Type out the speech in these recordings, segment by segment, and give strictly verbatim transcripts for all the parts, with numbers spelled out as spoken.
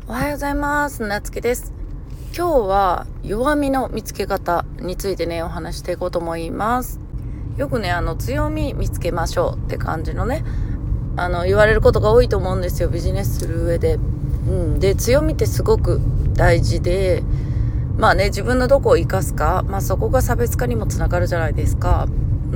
おはようございます。なつきです。今日は弱みの見つけ方についてねお話していこうと思います。よくねあの強み見つけましょうって感じのねあの言われることが多いと思うんですよ、ビジネスする上で。うん、で強みってすごく大事で、まあね自分のどこを生かすか、まあそこが差別化にもつながるじゃないですか。うん。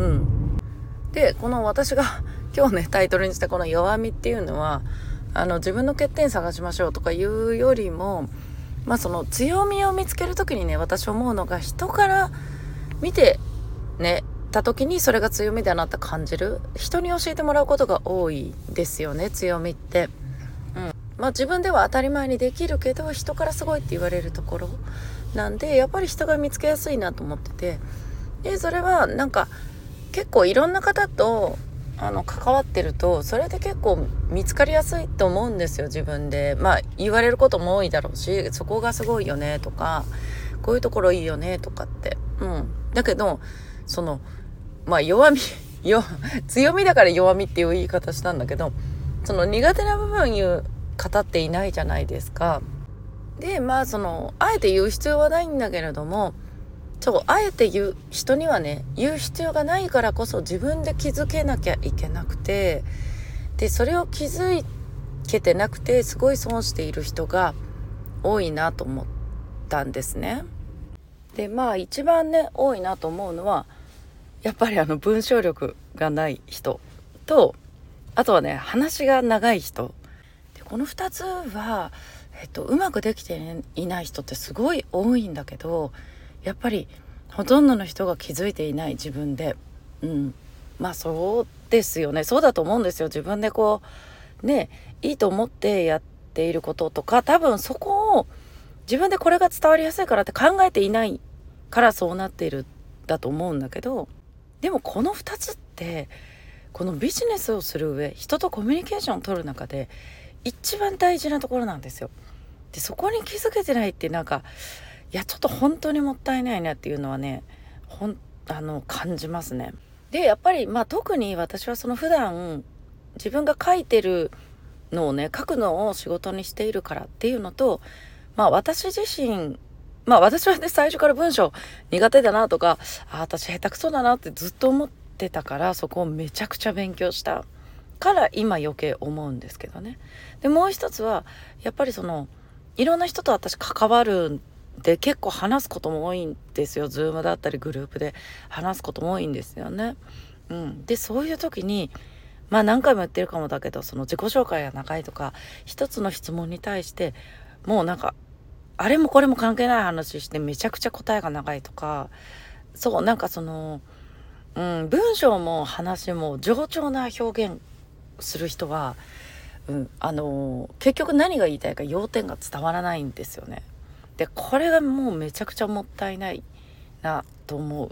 でこの私が今日ねタイトルにしたこの弱みっていうのは、あの自分の欠点探しましょうとかいうよりも、まあその強みを見つけるときにね、私思うのが人から見てねた時にそれが強みだなって感じる人に教えてもらうことが多いですよね、強みって。うん、まあ自分では当たり前にできるけど人からすごいって言われるところなんで、やっぱり人が見つけやすいなと思ってて、でそれはなんか結構いろんな方とあの関わってるとそれで結構見つかりやすいと思うんですよ、自分で。まあ言われることも多いだろうし、そこがすごいよねとかこういうところいいよねとかって。うんだけどそのまあ弱みよ強みだから弱みっていう言い方したんだけど、その苦手な部分言う方っていないじゃないですか。でまあそのあえて言う必要はないんだけれども、そうあえて言う人にはね言う必要がないからこそ自分で気づけなきゃいけなくて、でそれを気づけてなくてすごい損している人が多いなと思ったんですね。でまあ一番ね多いなと思うのはやっぱりあの文章力がない人と、あとはね話が長い人で、このふたつは、えっと、うまくできていない人ってすごい多いんだけど、やっぱりほとんどの人が気づいていない、自分で。うんまあそうですよね、そうだと思うんですよ。自分でこうねいいと思ってやっていることとか、多分そこを自分でこれが伝わりやすいからって考えていないからそうなっているだと思うんだけど、でもこのふたつってこのビジネスをする上、人とコミュニケーションを取る中で一番大事なところなんですよ。でそこに気づけてないって、なんかいやちょっと本当にもったいないなっていうのはねほんあの感じますね。でやっぱりまあ特に私はその普段自分が書いてるのをね書くのを仕事にしているからっていうのと、まあ私自身まあ私はね最初から文章苦手だなとか、あ私下手くそだなってずっと思ってたから、そこをめちゃくちゃ勉強したから今余計思うんですけどね。でもう一つはやっぱりそのいろんな人と私関わるんで結構話すことも多いんですよ。ズームだったりグループで話すことも多いんですよね。うん、でそういう時にまあ何回も言ってるかもだけど、その自己紹介が長いとか一つの質問に対してもうなんかあれもこれも関係ない話してめちゃくちゃ答えが長いとか、そうなんかその、うん、文章も話も冗長な表現する人は、うん、あの結局何が言いたいか要点が伝わらないんですよね。でこれがもうめちゃくちゃもったいないなと思う。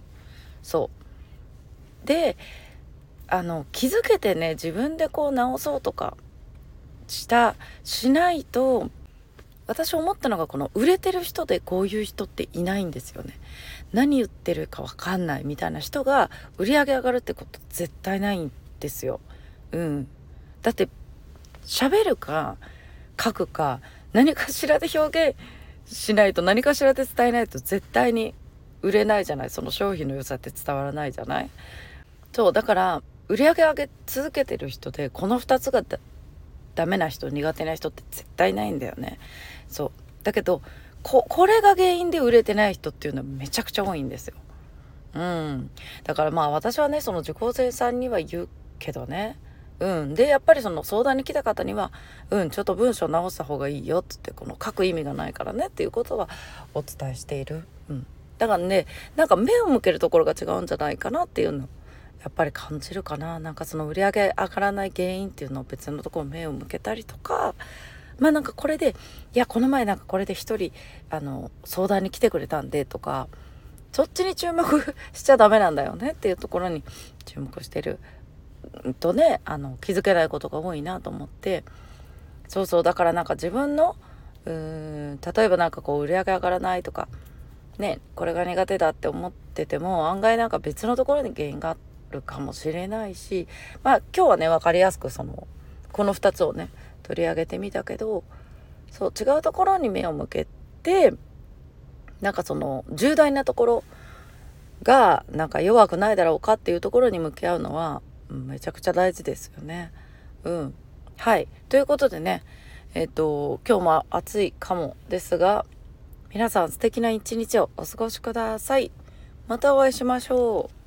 そうであの気づけてね自分でこう直そうとかしたしないと、私思ったのがこの売れてる人でこういう人っていないんですよね。何言ってるか分かんないみたいな人が売り上げ上がるってこと絶対ないんですよ。うんだって喋るか書くか何かしらで表現しないと、何かしらで伝えないと絶対に売れないじゃない。その商品の良さって伝わらないじゃない。そうだから売り上げ上げ続けてる人でこのふたつがだダメな人、苦手な人って絶対ないんだよね。そうだけど こ, これが原因で売れてない人っていうのはめちゃくちゃ多いんですよ。うんだからまあ私はねその受講生さんには言うけどね、うんでやっぱりその相談に来た方にはうんちょっと文章直した方がいいよっつって、この書く意味がないからねっていうことはお伝えしている。うんだからねなんか目を向けるところが違うんじゃないかなっていうのやっぱり感じるかな。なんかその売り上げ上がらない原因っていうのを別のところ目を向けたりとか、まあなんかこれでいやこの前なんかこれで一人あの相談に来てくれたんでとか、そっちに注目しちゃダメなんだよねっていうところに注目してるとね、あの気づけないことが多いなと思って。そうそうだからなんか自分のうーん例えばなんかこう売り上げ上がらないとかね、これが苦手だって思ってても案外なんか別のところに原因があるかもしれないし、まあ今日はね分かりやすくそのこのふたつをね取り上げてみたけど、 そう違うところに目を向けて、なんかその重大なところがなんか弱くないだろうかっていうところに向き合うのは、うん、めちゃくちゃ大事ですよね。うんはいということでね、えっと今日も暑いかもですが、皆さん素敵な一日をお過ごしください。またお会いしましょう。